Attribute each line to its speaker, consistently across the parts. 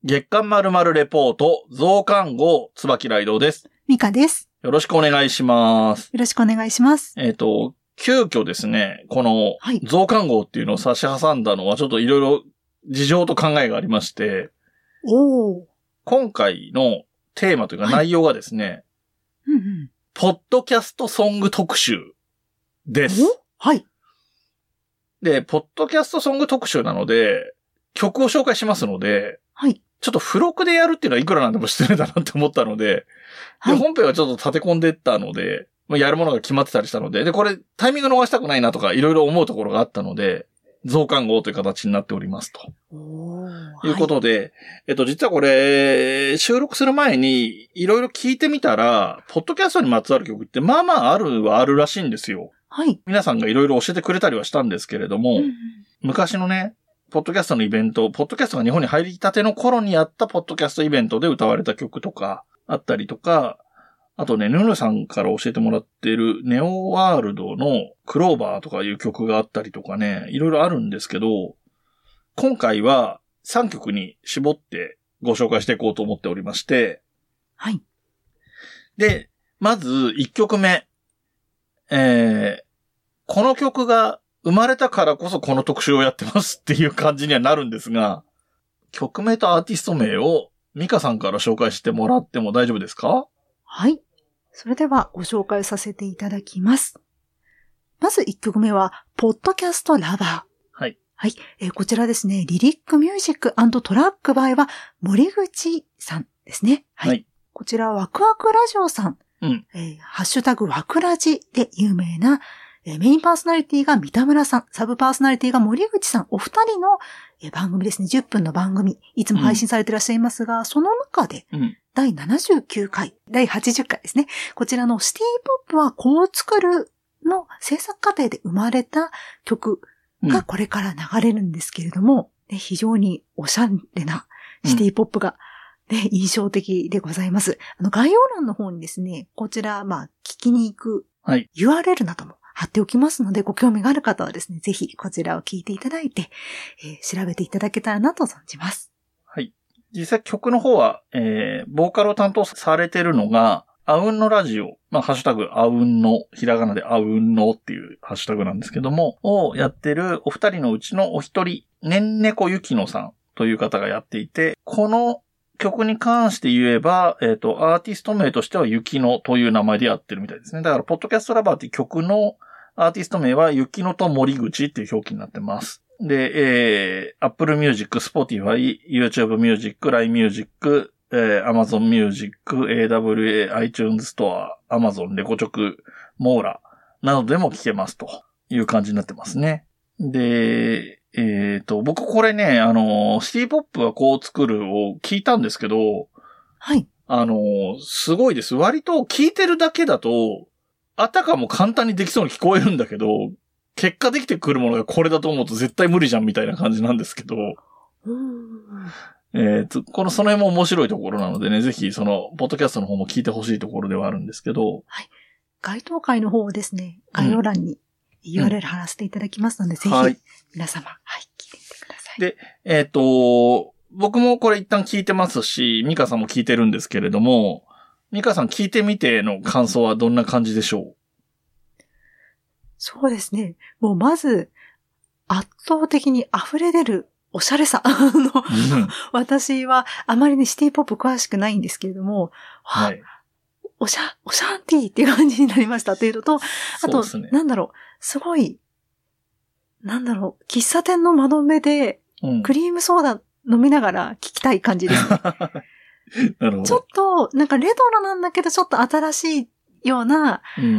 Speaker 1: 月刊〇〇レポート増刊号椿雷堂です。
Speaker 2: ミカです。
Speaker 1: よろしくお願いします。
Speaker 2: よろしくお願いします。
Speaker 1: 急遽ですね、この増刊号っていうのを差し挟んだのはちょっといろいろ事情と考えがありまして、今回のテーマというか内容がですね、ポッドキャストソング特集です。
Speaker 2: はい。
Speaker 1: で、ポッドキャストソング特集なので、曲を紹介しますので、
Speaker 2: はい。
Speaker 1: ちょっと付録でやるっていうのはいくらなんでも失礼だなって思ったので、で、本編はちょっと立て込んでったので、やるものが決まってたりしたので、で、これタイミング逃したくないなとかいろいろ思うところがあったので、増刊号という形になっておりますと。いうことで、実はこれ、収録する前にいろいろ聞いてみたら、ポッドキャストにまつわる曲ってまあまああるらしいんですよ。
Speaker 2: はい。
Speaker 1: 皆さんがいろいろ教えてくれたりはしたんですけれども、昔のね、ポッドキャストのイベント、ポッドキャストが日本に入りたての頃にやったポッドキャストイベントで歌われた曲とかあったりとか、あとね、ヌヌさんから教えてもらっているネオワールドのクローバーとかいう曲があったりとかね、いろいろあるんですけど、今回は3曲に絞ってご紹介していこうと思っておりまして、
Speaker 2: はい。
Speaker 1: で、まず1曲目、この曲が生まれたからこそこの特集をやってますっていう感じにはなるんですが、曲名とアーティスト名をミカさんから紹介してもらっても大丈夫ですか？
Speaker 2: はい。それではご紹介させていただきます。まず1曲目は、ポッドキャストラバー。
Speaker 1: はい。
Speaker 2: はい。こちらですね、リリックミュージック&トラックバイは森口さんですね。はい。はい、こちらワクワクラジオさん。ハッシュタグワクラジで有名な、メインパーソナリティが三田村さん、サブパーソナリティが森口さん、お二人の番組ですね、10分の番組、いつも配信されていらっしゃいますが、その中で、第79回、第80回ですね、こちらのシティポップはこう作るの制作過程で生まれた曲がこれから流れるんですけれども、非常におしゃれなシティポップが、印象的でございます。概要欄の方にですね、こちら、聞きに行く URL なども貼っておきますので、ご興味がある方はですね、ぜひこちらを聞いていただいて、調べていただけたらなと存じます。
Speaker 1: はい。実際曲の方は、ボーカルを担当されているのが、あうんのラジオ、ハッシュタグあうんの、ひらがなであうんのっていうハッシュタグなんですけども、をやってるお二人のうちのお一人、ねんねこゆきのさんという方がやっていて、この曲に関して言えば、アーティスト名としては雪乃という名前でやってるみたいですね。だから、ポッドキャストラバーっていう曲のアーティスト名は雪乃と森口っていう表記になってます。で、Apple Music、Spotify、YouTube Music、LINE Music、Amazon Music、AWA、iTunes Store、Amazon、レコチョク、モーラなどでも聴けますという感じになってますね。で、僕これね、シティポップはこう作るを聞いたんですけど、
Speaker 2: はい。
Speaker 1: すごいです。割と聞いてるだけだと、あたかも簡単にできそうに聞こえるんだけど、結果できてくるものがこれだと思うと絶対無理じゃんみたいな感じなんですけど、その辺も面白いところなのでね、ぜひポッドキャストの方も聞いてほしいところではあるんですけど、はい。
Speaker 2: 該当回の方をですね、概要欄に、URL 貼らせていただきますので、ぜひ、皆様、聞いてみてください。
Speaker 1: で、僕もこれ一旦聞いてますし、ミカさんも聞いてるんですけれども、ミカさん聞いてみての感想はどんな感じでしょう？
Speaker 2: そうですね。もうまず、圧倒的に溢れ出るおしゃれさ。私はあまりね、シティポップ詳しくないんですけれども、はい。おしゃんティーっていう感じになりましたっていうのと、あと、すごい、喫茶店の窓辺で、クリームソーダ飲みながら聞きたい感じですね。
Speaker 1: なるほど。
Speaker 2: ちょっと、レトロなんだけど、ちょっと新しいような、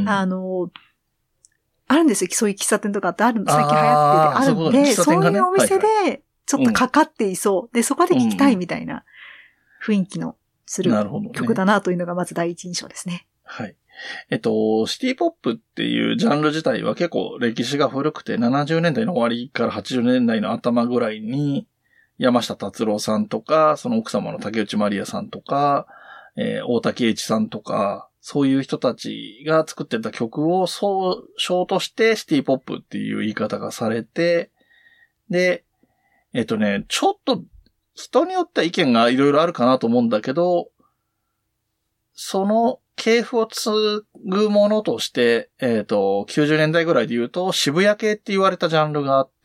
Speaker 2: あるんですよ。そういう喫茶店とかって最近流行っててあるんで、そういうお店で、ちょっとかかっていそう。で、そこで聞きたいみたいな雰囲気のする曲だなというのがまず第一印象ですね。
Speaker 1: はい。シティポップっていうジャンル自体は結構歴史が古くて、70年代の終わりから80年代の頭ぐらいに、山下達郎さんとか、その奥様の竹内まりやさんとか、大竹栄一さんとか、そういう人たちが作ってた曲を総称としてシティポップっていう言い方がされて、で、ちょっと人によっては意見がいろいろあるかなと思うんだけど、その系譜を継ぐものとして、90年代ぐらいで言うと、渋谷系って言われたジャンルがあって、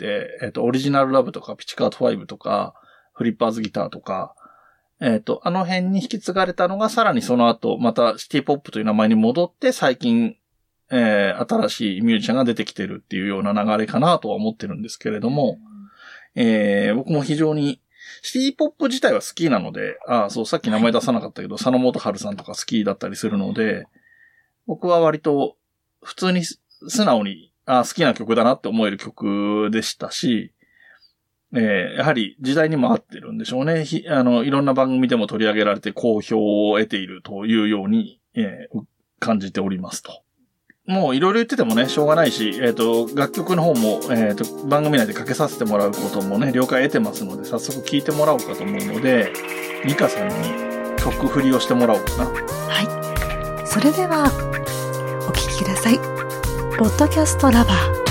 Speaker 1: オリジナルラブとか、ピチカート5とか、フリッパーズギターとか、あの辺に引き継がれたのが、さらにその後、またシティポップという名前に戻って、最近、新しいミュージシャンが出てきてるっていうような流れかなとは思ってるんですけれども、僕も非常に、シティポップ自体は好きなので、そう、さっき名前出さなかったけど、佐野元春さんとか好きだったりするので、僕は割と普通に素直に、好きな曲だなって思える曲でしたし、やはり時代にも合ってるんでしょうね。いろんな番組でも取り上げられて好評を得ているというように、感じておりますと。もういろいろ言っててもね、しょうがないし、楽曲の方も、番組内でかけさせてもらうこともね、了解得てますので、早速聴いてもらおうかと思うので、ミカさんに曲振りをしてもらおうかな。
Speaker 2: はい。それでは、お聴きください。ポッドキャストラバー。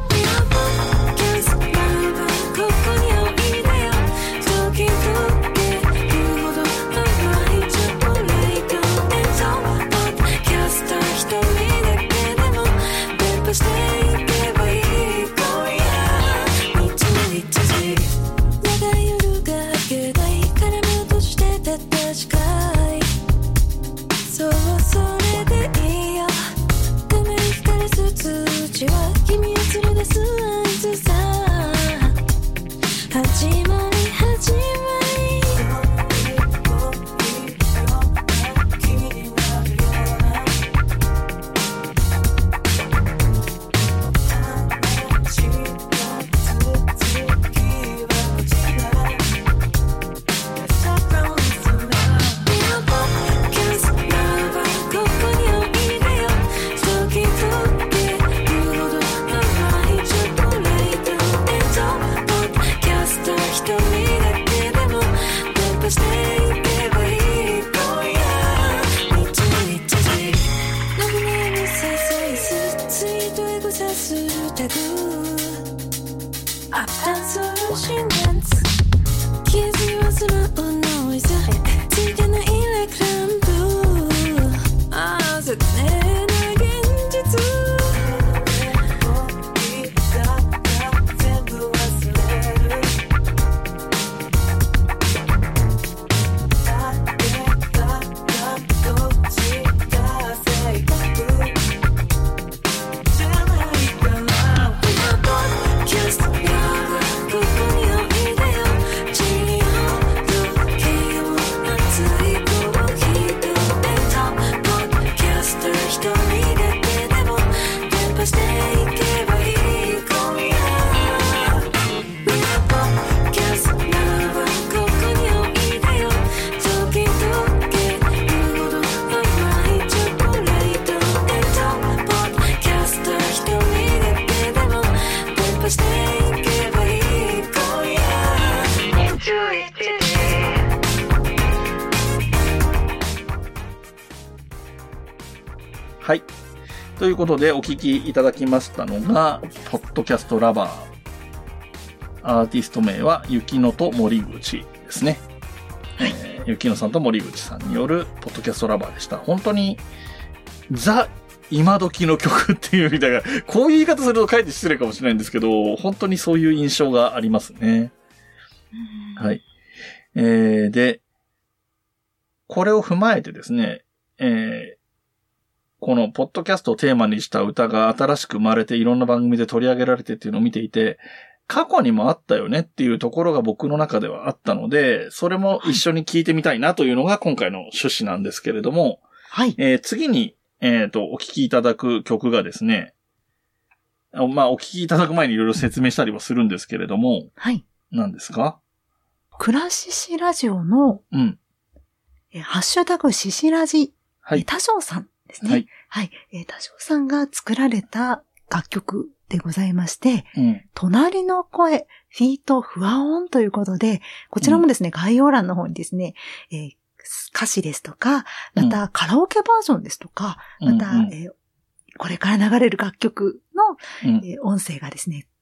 Speaker 1: はい。ということでお聞きいただきましたのが、ポッドキャストラバー。アーティスト名は、雪乃と森口ですね。雪乃さんと森口さんによるポッドキャストラバーでした。本当に、ザ・今時の曲っていうみたいな、こういう言い方するとかえって失礼かもしれないんですけど、本当にそういう印象がありますね。はい。で、これを踏まえてですね、このポッドキャストをテーマにした歌が新しく生まれていろんな番組で取り上げられてっていうのを見ていて、過去にもあったよねっていうところが僕の中ではあったので、それも一緒に聞いてみたいなというのが今回の趣旨なんですけれども、
Speaker 2: はい。
Speaker 1: 次に、お聞きいただく曲がですね、お聞きいただく前にいろいろ説明したりはするんですけれども、
Speaker 2: はい。
Speaker 1: 何ですか？
Speaker 2: クラシシラジオの、ハッシュタグシシラジ、
Speaker 1: はい。
Speaker 2: 多少さんですね。
Speaker 1: はい。
Speaker 2: はい。多少さんが作られた楽曲でございまして、隣の声、フィートフワオンということで、こちらもですね、概要欄の方にですね、歌詞ですとか、またカラオケバージョンですとか、また、これから流れる楽曲の、音声がですね、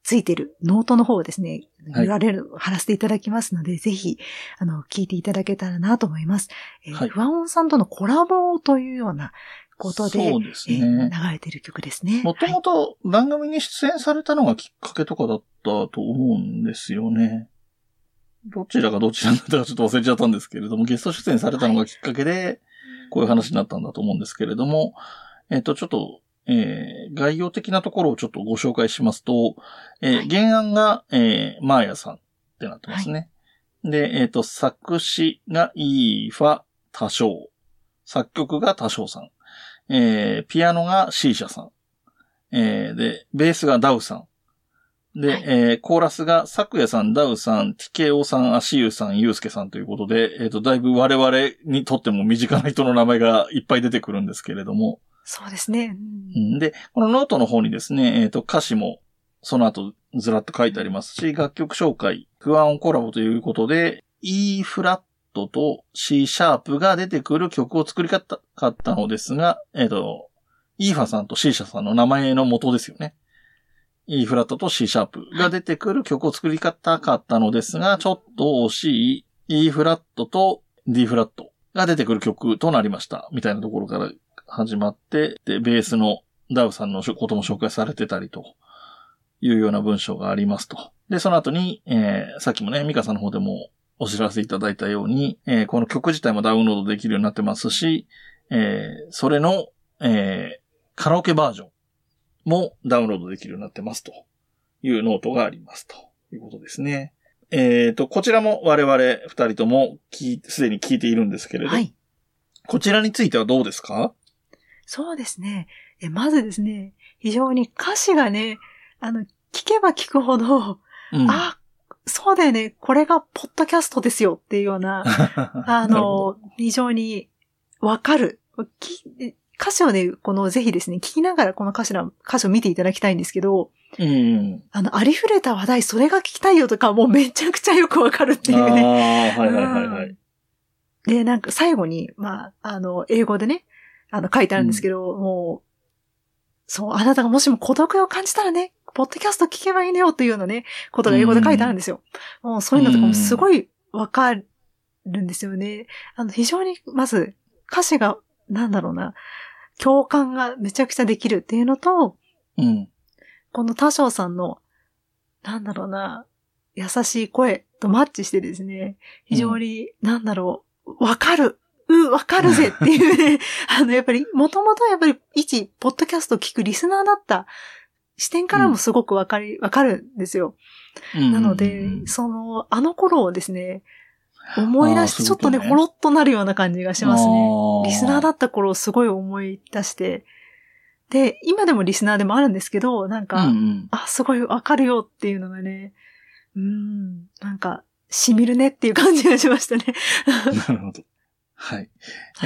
Speaker 2: ついてるノートの方をですね、URL を貼らせていただきますので、ぜひ、聞いていただけたらなと思います。不安音さんとのコラボというようなことで、
Speaker 1: そうですね。
Speaker 2: 流れている曲ですね。
Speaker 1: もともと番組に出演されたのがきっかけとかだったと思うんですよね。どちらがどちらだったかちょっと忘れちゃったんですけれども、ゲスト出演されたのがきっかけで、こういう話になったんだと思うんですけれども、ちょっと、概要的なところをちょっとご紹介しますと、原案が、マーヤさんってなってますね。はい、で、作詞がイーファ多少、作曲が多少さん、ピアノがシーシャさん、で、ベースがダウさん、で、はい、コーラスがサクヤさん、ダウさん、ティケオさん、アシユさん、ユウスケさんということで、だいぶ我々にとっても身近な人の名前がいっぱい出てくるんですけれども。
Speaker 2: そうですね。
Speaker 1: で、このノートの方にですね、歌詞もその後ずらっと書いてありますし、楽曲紹介、不安音コラボということで、E フラットと C シャープが出てくる曲を作りかったのですが、E ファさんと C シャさんの名前の元ですよね。E フラットと C シャープが出てくる曲を作り方かったのですが、ちょっと惜しい E フラットと D フラットが出てくる曲となりました。みたいなところから始まって、で、ベースのダウさんのことも紹介されてたりというような文章がありますと。で、その後に、さっきもね、ミカさんの方でもお知らせいただいたように、この曲自体もダウンロードできるようになってますし、それの、カラオケバージョンもダウンロードできるようになってますというノートがありますということですね。こちらも我々二人ともすでに聞いているんですけれど、はい、こちらについてはどうですか？
Speaker 2: そうですね。まずですね、非常に歌詞がね、聞けば聞くほど、あ、そうだよね、これがポッドキャストですよっていうような、非常にわかる。歌詞をね、ぜひですね、聞きながらこの歌詞を見ていただきたいんですけど、ありふれた話題、それが聞きたいよとか、もうめちゃくちゃよくわかるっていうね。
Speaker 1: はいはいはいはい。
Speaker 2: で、なんか最後に、英語でね、書いてあるんですけど、もう、そう、あなたがもしも孤独を感じたらね、ポッドキャスト聞けばいいのよっていうようなね、ことが英語で書いてあるんですよ。もうそういうのとかもすごいわかるんですよね。非常に、まず、歌詞が、なんだろうな、共感がめちゃくちゃできるっていうのと、この多少さんの、なんだろうな、優しい声とマッチしてですね、非常に、なんだろう、わかるぜっていうね、やっぱり、もともとやっぱり、一、ポッドキャスト聞くリスナーだった視点からもすごくわかるんですよ。なので、あの頃をですね、思い出して、ちょっとね、ほろっとなるような感じがしますね。リスナーだった頃をすごい思い出して、で、今でもリスナーでもあるんですけど、なんか、すごいわかるよっていうのがね、なんか、染みるねっていう感じがしましたね。
Speaker 1: なるほど。はい。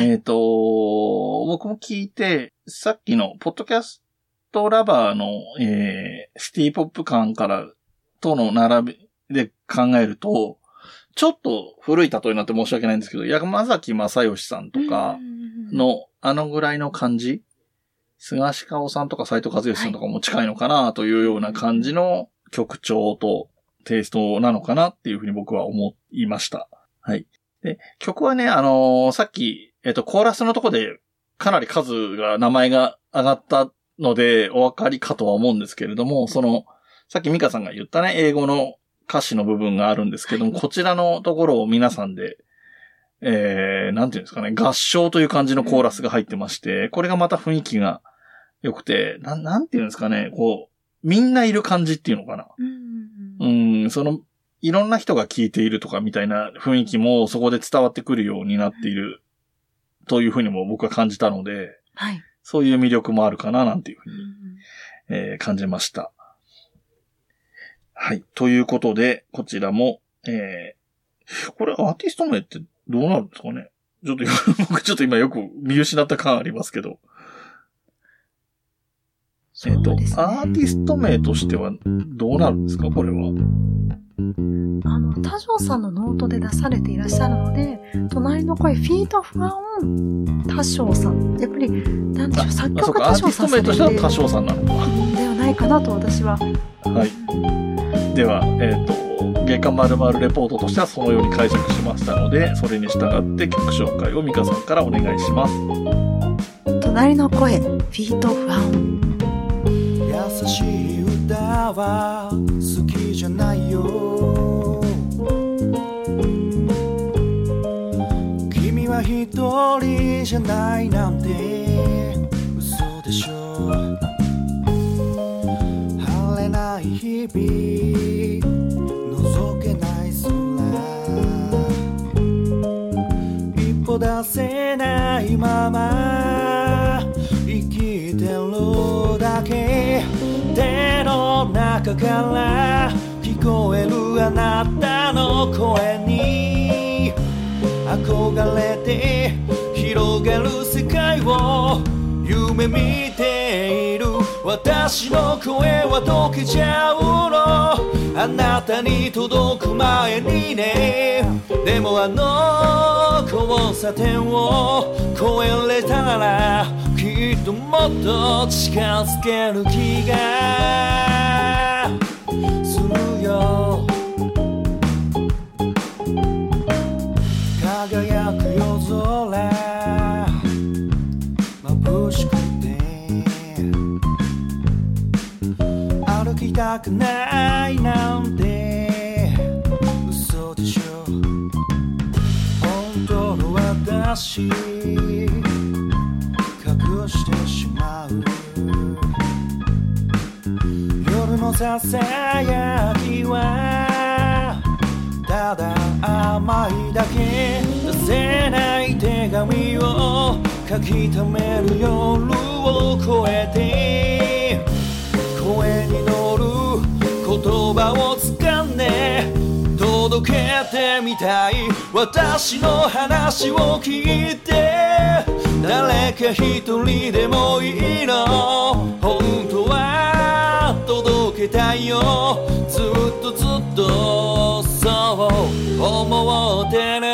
Speaker 1: 僕も聞いて、さっきのポッドキャストラバーの、シティポップ感からとの並びで考えると、ちょっと古い例えになって申し訳ないんですけど、山崎正義さんとかのぐらいの感じ、菅鹿尾さんとか斉藤和義さんとかも近いのかなというような感じの曲調とテイストなのかなっていうふうに僕は思いました。はい。で、曲はね、さっき、コーラスのとこでかなり名前が上がったのでお分かりかとは思うんですけれども、さっきミカさんが言ったね、英語の歌詞の部分があるんですけども、こちらのところを皆さんで、なんていうんですかね、合唱という感じのコーラスが入ってまして、これがまた雰囲気が良くて、なんていうんですかね、みんないる感じっていうのかな。いろんな人が聴いているとかみたいな雰囲気もそこで伝わってくるようになっているというふうにも僕は感じたので、
Speaker 2: はい、
Speaker 1: そういう魅力もあるかななんていうふうに、感じました。はい。ということで、こちらも、これアーティスト名ってどうなるんですかね？僕ちょっと今よく見失った感ありますけど。アーティスト名としてはどうなるんですかこれは。
Speaker 2: 多少さんのノートで出されていらっしゃるので、隣の声、フィート不安音、多少さん。やっぱり、なんでしょう、作曲多少さん。
Speaker 1: アーティスト名としては多少さんなのか。
Speaker 2: ではないかなと私は。
Speaker 1: はい。では、月刊〇〇レポートとしてはそのように解釈しましたので、それに従って曲紹介をミカさんからお願いします。
Speaker 2: 隣の声、フィート不安音。
Speaker 3: 優しい歌は好きじゃないよ。君は一人じゃないなんて嘘でしょ。晴れない日々覗けない空、一歩出せないまま生きてるだけ。手の中から聞こえるあなたの声に憧れて広がる世界を夢見ている。私の声は溶けちゃうの、あなたに届く前にね。でもあの交差点を越えれたならきっともっと近づける気がするよ。輝く夜空眩しくて歩きたくないなんて嘘でしょ。本当の私隠してしまう。夜のささやきはただ甘いだけ。出せない手紙を書き溜める夜を越えて声に乗る言葉を掴んで届けてみたい。私の話を聞いて誰か一人でもいいの。本当は届けたいよ。ずっとずっとそう思ってる。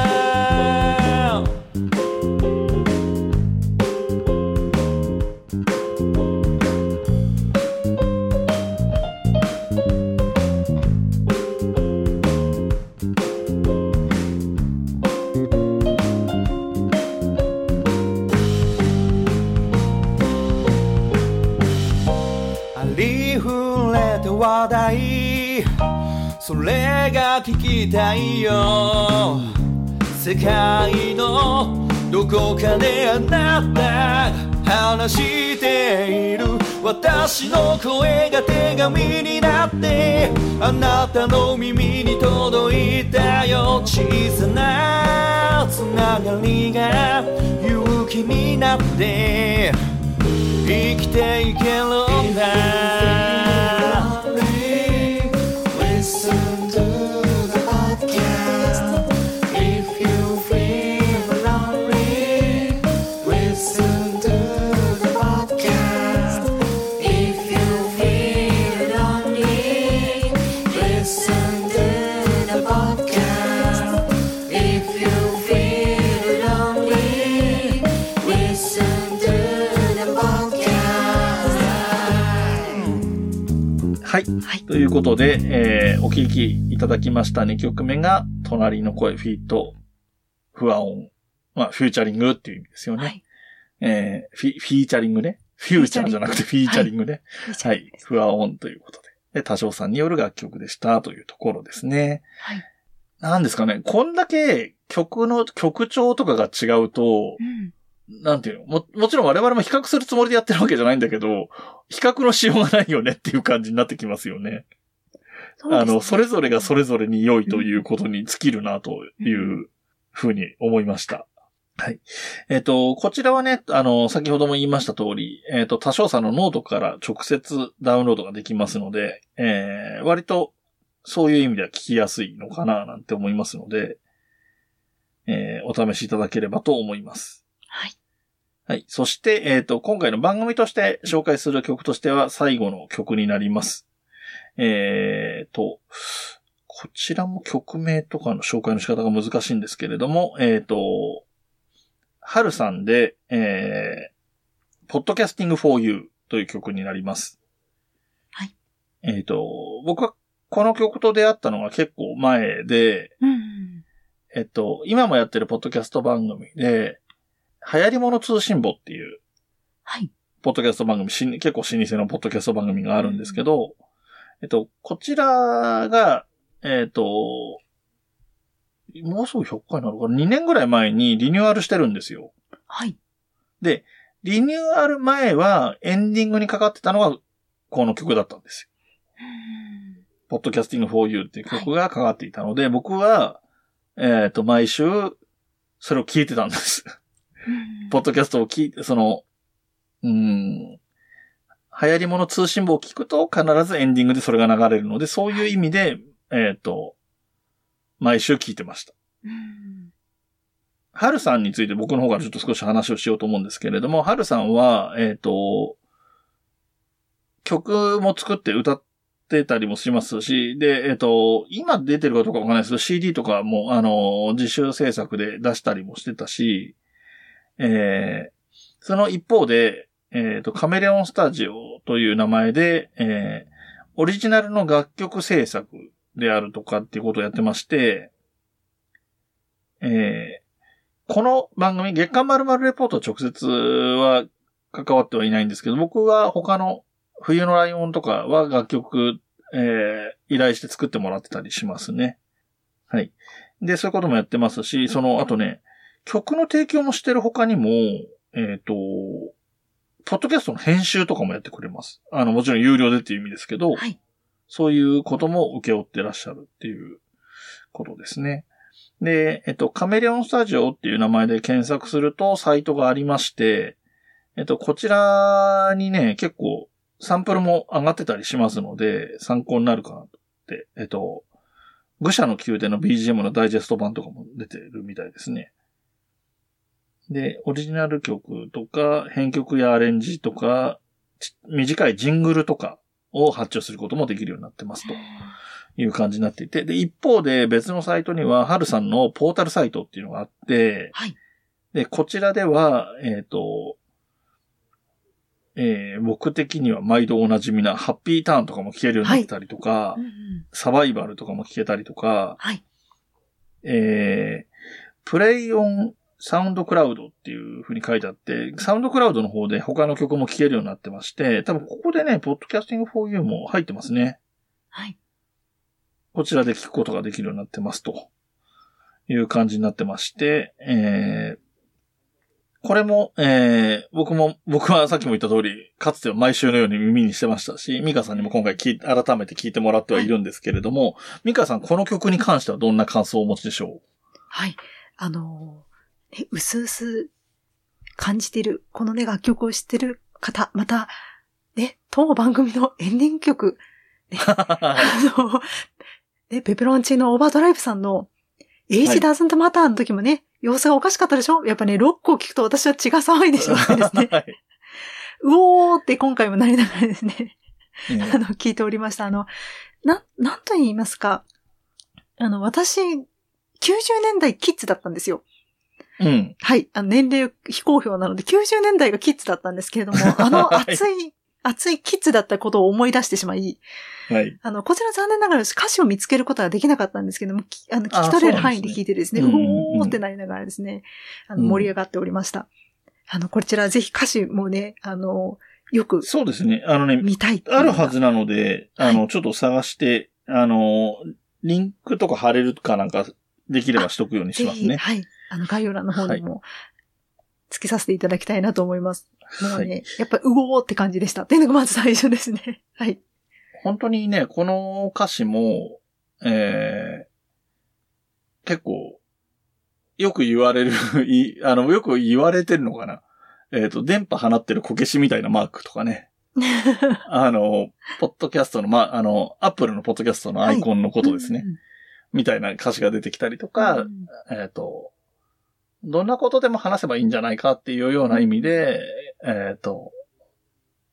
Speaker 3: 話題それが聞きたいよ。世界のどこかであなた話している。私の声が手紙になってあなたの耳に届いたよ。小さなつながりが勇気になって生きていけるんだ。Listen to the podcast if you feel lonely. Listen to the podcast if you feel lonely. Listen to the podcast if you feel lonely. Listen to the podcast.
Speaker 1: はい。ということで、お聴きいただきました2曲目が、隣の声、フィート、不和音。まあ、フューチャリングっていう意味ですよね。はい。フィーチャリングね。フューチャーじゃなくてフィーチャリングね。はい。不和音ということで。で、多少さんによる楽曲でしたというところですね。はい。なんですかね。こんだけ曲の曲調とかが違うと、なんていうの もちろん我々も比較するつもりでやってるわけじゃないんだけど、比較のしようがないよねっていう感じになってきますよね。それぞれがそれぞれに良いということに尽きるなというふうに思いました。はい。こちらはね、先ほども言いました通り、多少さんのノートから直接ダウンロードができますので、割とそういう意味では聞きやすいのかななんて思いますので、お試しいただければと思います。はい。はい。そして、今回の番組として紹介する曲としては最後の曲になります。ここちらも曲名とかの紹介の仕方が難しいんですけれども、はるさんで、Podcasting for You という曲になります。
Speaker 2: はい。
Speaker 1: 僕はこの曲と出会ったのが結構前で、今もやってるポッドキャスト番組で、流行り物通信簿っていう、
Speaker 2: はい。
Speaker 1: ポッドキャスト番組、結構老舗のポッドキャスト番組があるんですけど、こちらが、もうすぐ100回なのかな ?2 年ぐらい前にリニューアルしてるんですよ。
Speaker 2: はい。
Speaker 1: で、リニューアル前はエンディングにかかってたのがこの曲だったんですよ。Podcasting for You っていう曲がかかっていたので、僕は、毎週それを聞いてたんです。ポッドキャストを聞いて、流行り物通信簿を聞くと必ずエンディングでそれが流れるので、そういう意味で、毎週聞いてました。はるさんについて僕の方からちょっと少し話をしようと思うんですけれども、はるさんは、曲も作って歌ってたりもしますし、で、今出てるかどうかわかんないですけど、CD とかも、自主制作で出したりもしてたし、その一方で、カメレオンスタジオという名前で、オリジナルの楽曲制作であるとかっていうことをやってまして、この番組、月刊〇〇レポート直接は関わってはいないんですけど、僕は他の冬のライオンとかは楽曲、依頼して作ってもらってたりしますね。はい。で、そういうこともやってますし、あとね、曲の提供もしてる他にも、ポッドキャストの編集とかもやってくれます。もちろん有料でっていう意味ですけど、
Speaker 2: はい、
Speaker 1: そういうことも請け負ってらっしゃるっていうことですね。で、カメレオンスタジオっていう名前で検索するとサイトがありまして、こちらにね、結構サンプルも上がってたりしますので、参考になるかなって、愚者の宮殿の BGM のダイジェスト版とかも出てるみたいですね。で、オリジナル曲とか、編曲やアレンジとか、短いジングルとかを発注することもできるようになってますという感じになっていて、で、一方で別のサイトには、はるさんのポータルサイトっていうのがあって、
Speaker 2: はい。
Speaker 1: で、こちらでは、僕的には毎度おなじみなハッピーターンとかも聞けるようになってたりとか、サバイバルとかも聞けたりとか、
Speaker 2: はい。
Speaker 1: プレイオンサウンドクラウドっていう風に書いてあって、サウンドクラウドの方で他の曲も聴けるようになってまして、多分ここでね、Podcasting for You も入ってますね。
Speaker 2: はい。こ
Speaker 1: ちらで聴くことができるようになってますという感じになってまして、これも、僕はさっきも言った通り、かつては毎週のように耳にしてましたし、ミカさんにも今回改めて聞いてもらってはいるんですけれども、ミカさんこの曲に関してはどんな感想をお持ちでしょう？
Speaker 2: はい。うすうす感じている、このね、楽曲を知ってる方、また、ね、当番組のエンディング曲、ね、ね、ペペロンチーノオーバードライブさんの、Age Doesn't Matter の時もね、様子がおかしかったでしょ？やっぱね、ロックを聞くと私は血が騒いでしまってですね。はい、うおーって今回もなりながらですね、聞いておりました。なんと言いますか、私、90年代キッズだったんですよ。
Speaker 1: うん。
Speaker 2: はい。年齢非公表なので、90年代がキッズだったんですけれども、熱いキッズだったことを思い出してしまい、
Speaker 1: はい。
Speaker 2: こちら残念ながら歌詞を見つけることはできなかったんですけども、聞き取れる範囲で聞いてですね、おーってなりながらですね、盛り上がっておりました。こちらぜひ歌詞もね、よく。
Speaker 1: そうですね。
Speaker 2: 見たい
Speaker 1: あるはずなので、ちょっと探して、リンクとか貼れるかなんかできればしとくようにしますね。
Speaker 2: はい。概要欄の方にも、付けさせていただきたいなと思います。もうね、はい、やっぱりうおーって感じでした。っていうのがまず最初ですね。はい。
Speaker 1: 本当にね、この歌詞も、結構、よく言われる、よく言われてるのかな。電波放ってるこけしみたいなマークとかね。ポッドキャストの、アップルのポッドキャストのアイコンのことですね。はい、みたいな歌詞が出てきたりとか、どんなことでも話せばいいんじゃないかっていうような意味で、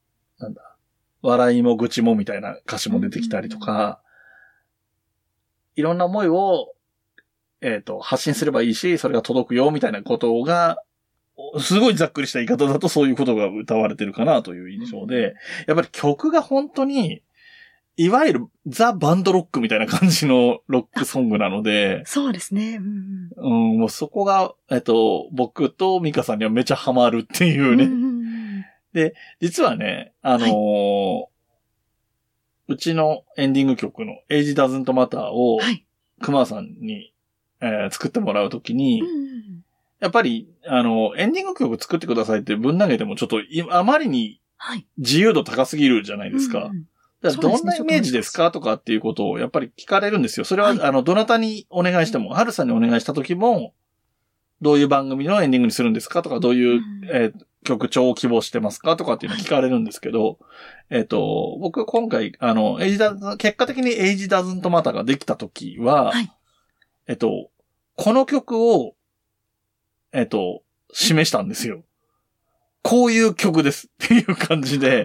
Speaker 1: 笑いも愚痴もみたいな歌詞も出てきたりとか、 いろんな思いを、発信すればいいし、それが届くよ、みたいなことが、すごいざっくりした言い方だとそういうことが歌われてるかなという印象で、やっぱり曲が本当に、いわゆるザ・バンドロックみたいな感じのロックソングなので。
Speaker 2: そうですね。
Speaker 1: もうそこが、僕とミカさんにはめちゃハマるっていうね。で、実はね、うちのエンディング曲の Age Doesn't Matter を、熊さんに、作ってもらうときに、やっぱり、エンディング曲作ってくださいってぶん投げてもちょっとあまりに自由度高すぎるじゃないですか。だからどんなイメージですかとかっていうことをやっぱり聞かれるんですよ。それは、どなたにお願いしても、ハルさんにお願いした時も、どういう番組のエンディングにするんですかとか、どういう、曲調を希望してますかとかっていうのを聞かれるんですけど、僕今回、結果的にAge Doesn't Matterができた時は、この曲を、示したんですよ。こういう曲ですっていう感じで、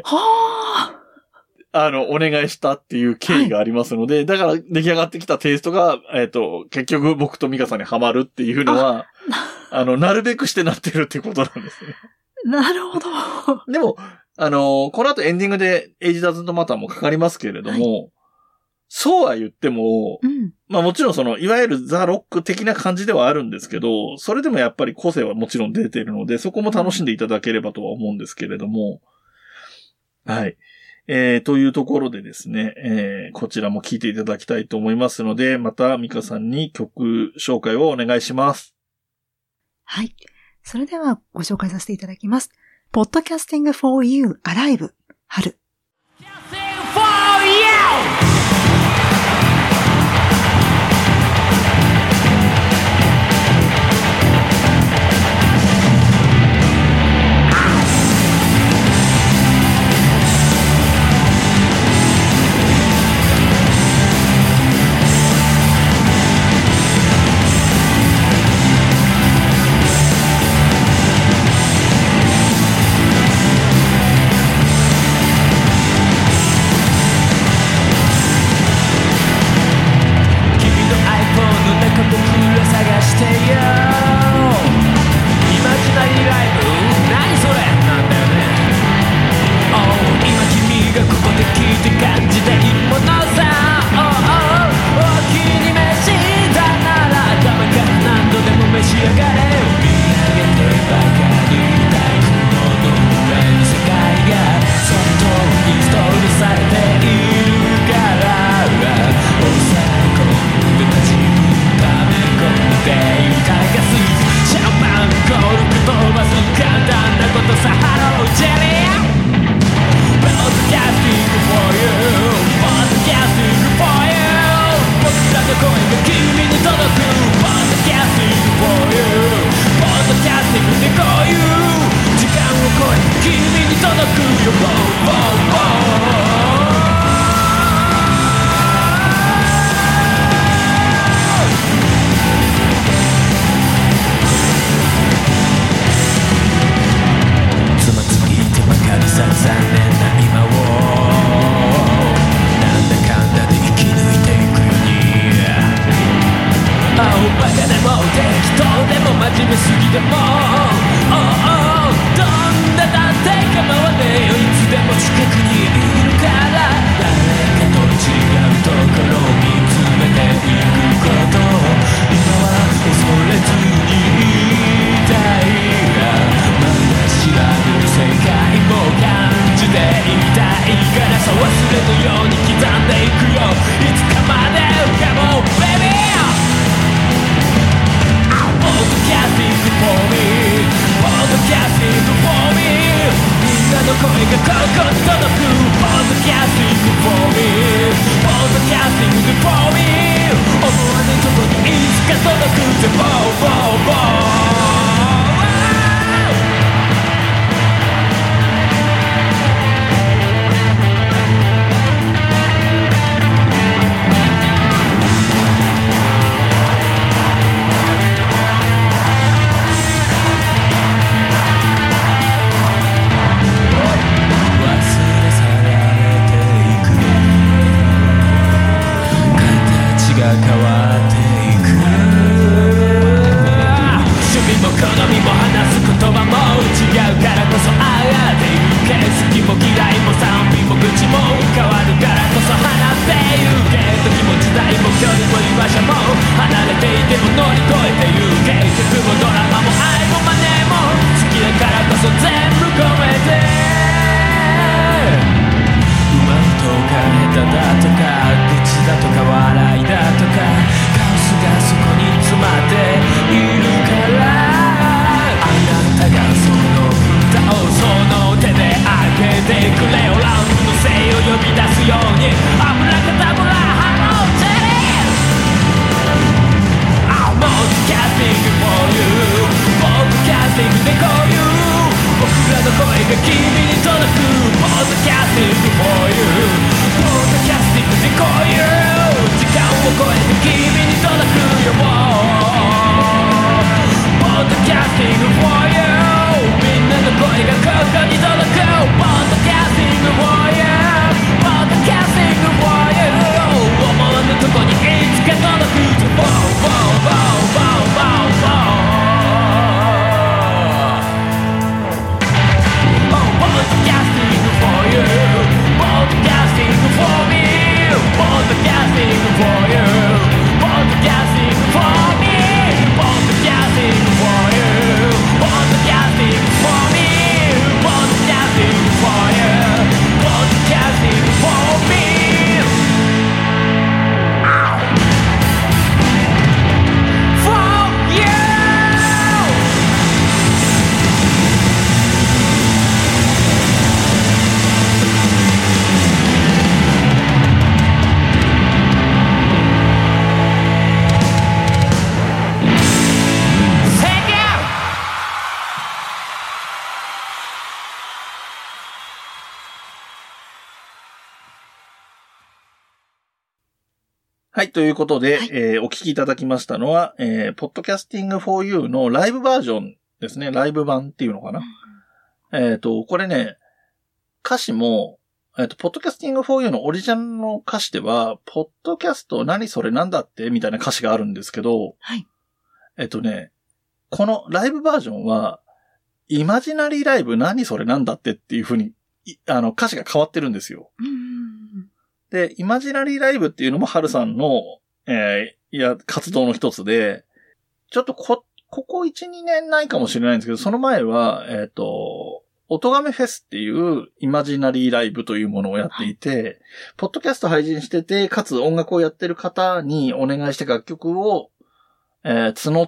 Speaker 1: お願いしたっていう経緯がありますので、だから出来上がってきたテイストが、結局僕とミカさんにハマるっていうのは、なるべくしてなってるっていうことなんですね。
Speaker 2: なるほど。
Speaker 1: でも、この後エンディングでAge Doesn't Matterもかかりますけれども、そうは言っても、まあもちろんいわゆるザ・ロック的な感じではあるんですけど、それでもやっぱり個性はもちろん出ているので、そこも楽しんでいただければとは思うんですけれども、はい。というところでですね、こちらも聴いていただきたいと思いますので、またミカさんに曲紹介をお願いします。
Speaker 2: はい。それではご紹介させていただきます。Podcasting for You Alive 春。
Speaker 3: Podcasting for me
Speaker 1: はい、ということで、
Speaker 2: はい
Speaker 1: お聞きいただきましたのは、Podcasting for You のライブバージョンですね。ライブ版っていうのかな。これね、歌詞も、Podcasting for You のオリジナルの歌詞では、ポッドキャスト何それなんだってみたいな歌詞があるんですけど、
Speaker 2: はい。
Speaker 1: このライブバージョンは、イマジナリーライブ何それなんだってっていう風に、歌詞が変わってるんですよ。で、イマジナリーライブっていうのもハルさんの、活動の一つで、ちょっとここ1、2年ないかもしれないんですけど、その前は、音亀フェスっていうイマジナリーライブというものをやっていて、ポッドキャスト配信してて、かつ音楽をやってる方にお願いして楽曲を、募って、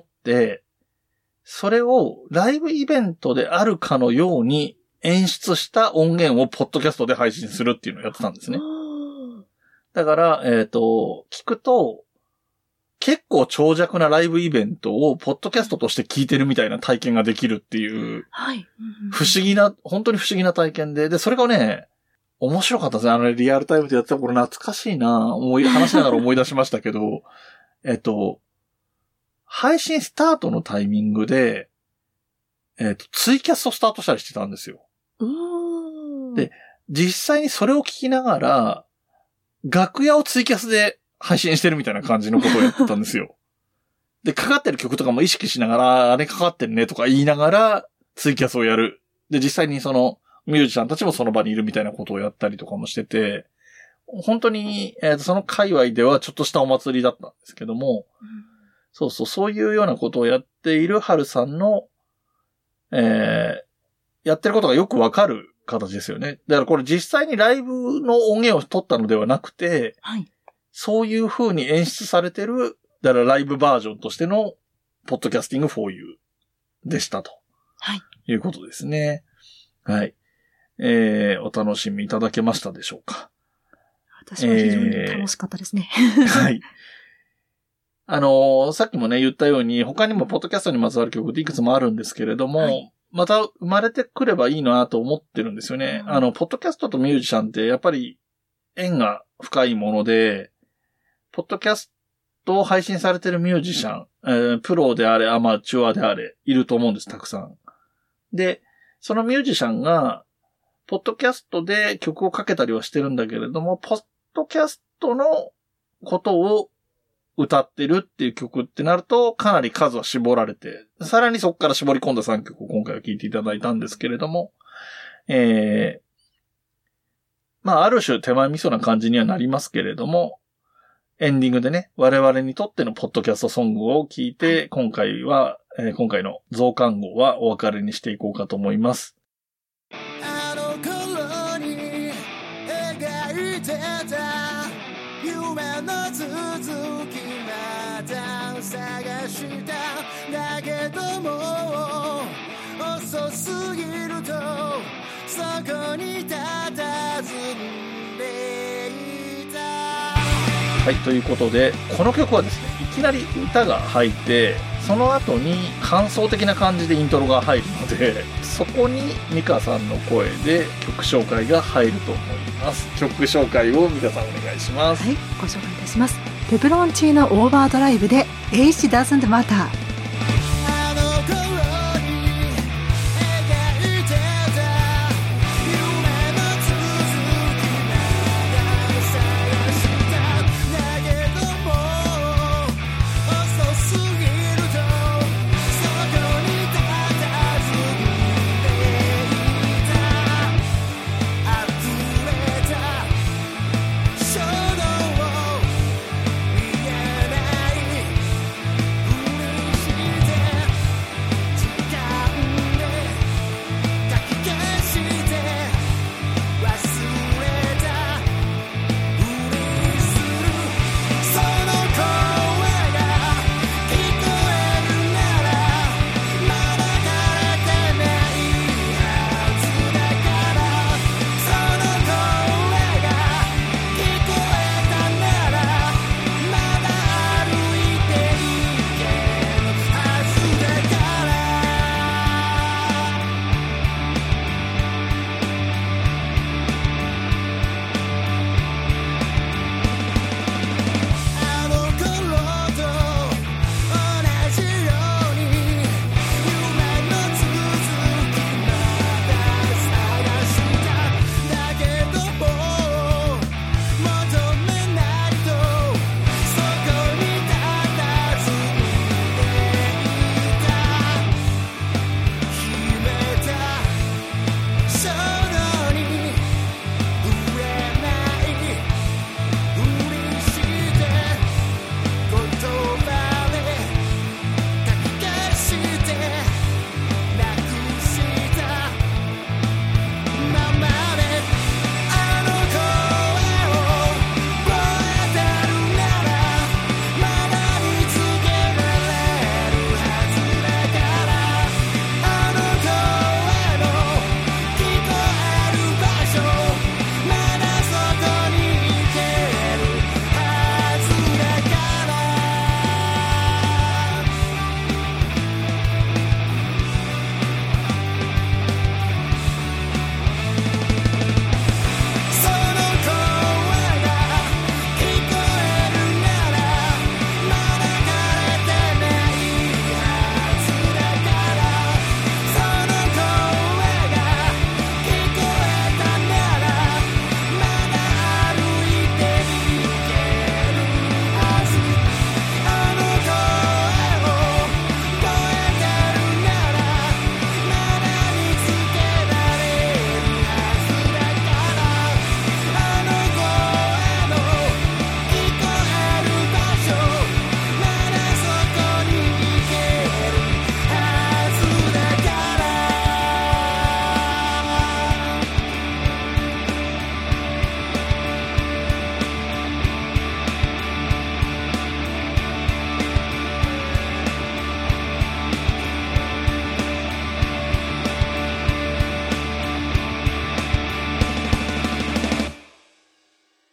Speaker 1: それをライブイベントであるかのように演出した音源をポッドキャストで配信するっていうのをやってたんですね。だから、聞くと、結構長尺なライブイベントをポッドキャストとして聞いてるみたいな体験ができるっていう、
Speaker 2: はい。
Speaker 1: 不思議な、本当に不思議な体験で、それがね、面白かったですね。リアルタイムでやってた頃懐かしいな話しながら思い出しましたけど、配信スタートのタイミングで、ツイキャストスタートしたりしてたんですよ。で、実際にそれを聞きながら、楽屋をツイキャスで配信してるみたいな感じのことをやってたんですよ。で、かかってる曲とかも意識しながら、あれかかってるねとか言いながら、ツイキャスをやる。で、実際にその、ミュージシャンたちもその場にいるみたいなことをやったりとかもしてて、本当に、その界隈ではちょっとしたお祭りだったんですけども、そういうようなことをやっているハルさんの、やってることがよくわかる形ですよね。だからこれ実際にライブの音源を取ったのではなくて、
Speaker 2: はい、
Speaker 1: そういう風に演出されてる、だからライブバージョンとしての、ポッドキャスティング for you でしたと。
Speaker 2: はい。
Speaker 1: いうことですね。はい。お楽しみいただけましたでしょうか。
Speaker 2: 私は非常に楽しかったですね。
Speaker 1: はい。さっきもね、言ったように、他にもポッドキャストにまつわる曲っていくつもあるんですけれども、はい、また生まれてくればいいなと思ってるんですよね。ポッドキャストとミュージシャンってやっぱり縁が深いもので、ポッドキャストを配信されてるミュージシャン、プロであれ、アマチュアであれ、いると思うんです、たくさん。で、そのミュージシャンが、ポッドキャストで曲をかけたりはしてるんだけれども、ポッドキャストのことを歌ってるっていう曲ってなると、かなり数は絞られて、さらにそこから絞り込んだ3曲を今回は聴いていただいたんですけれども、まあ、ある種手前味噌な感じにはなりますけれども、エンディングでね、我々にとってのポッドキャストソングを聴いて、今回の増刊号はお別れにしていこうかと思います。
Speaker 3: あの頃に描いてた夢の続きまた探しただけども遅すぎるとそこに佇んでいた。
Speaker 1: はい、ということで、この曲はですね、いきなり歌が入って、その後に感想的な感じでイントロが入るので、そこにミカさんの声で曲紹介が入ると思います。曲紹介をミカさんお願いします。
Speaker 2: はい、ご紹介いたします。ペペロンチーノオーバードライブで Age Doesn't Matter。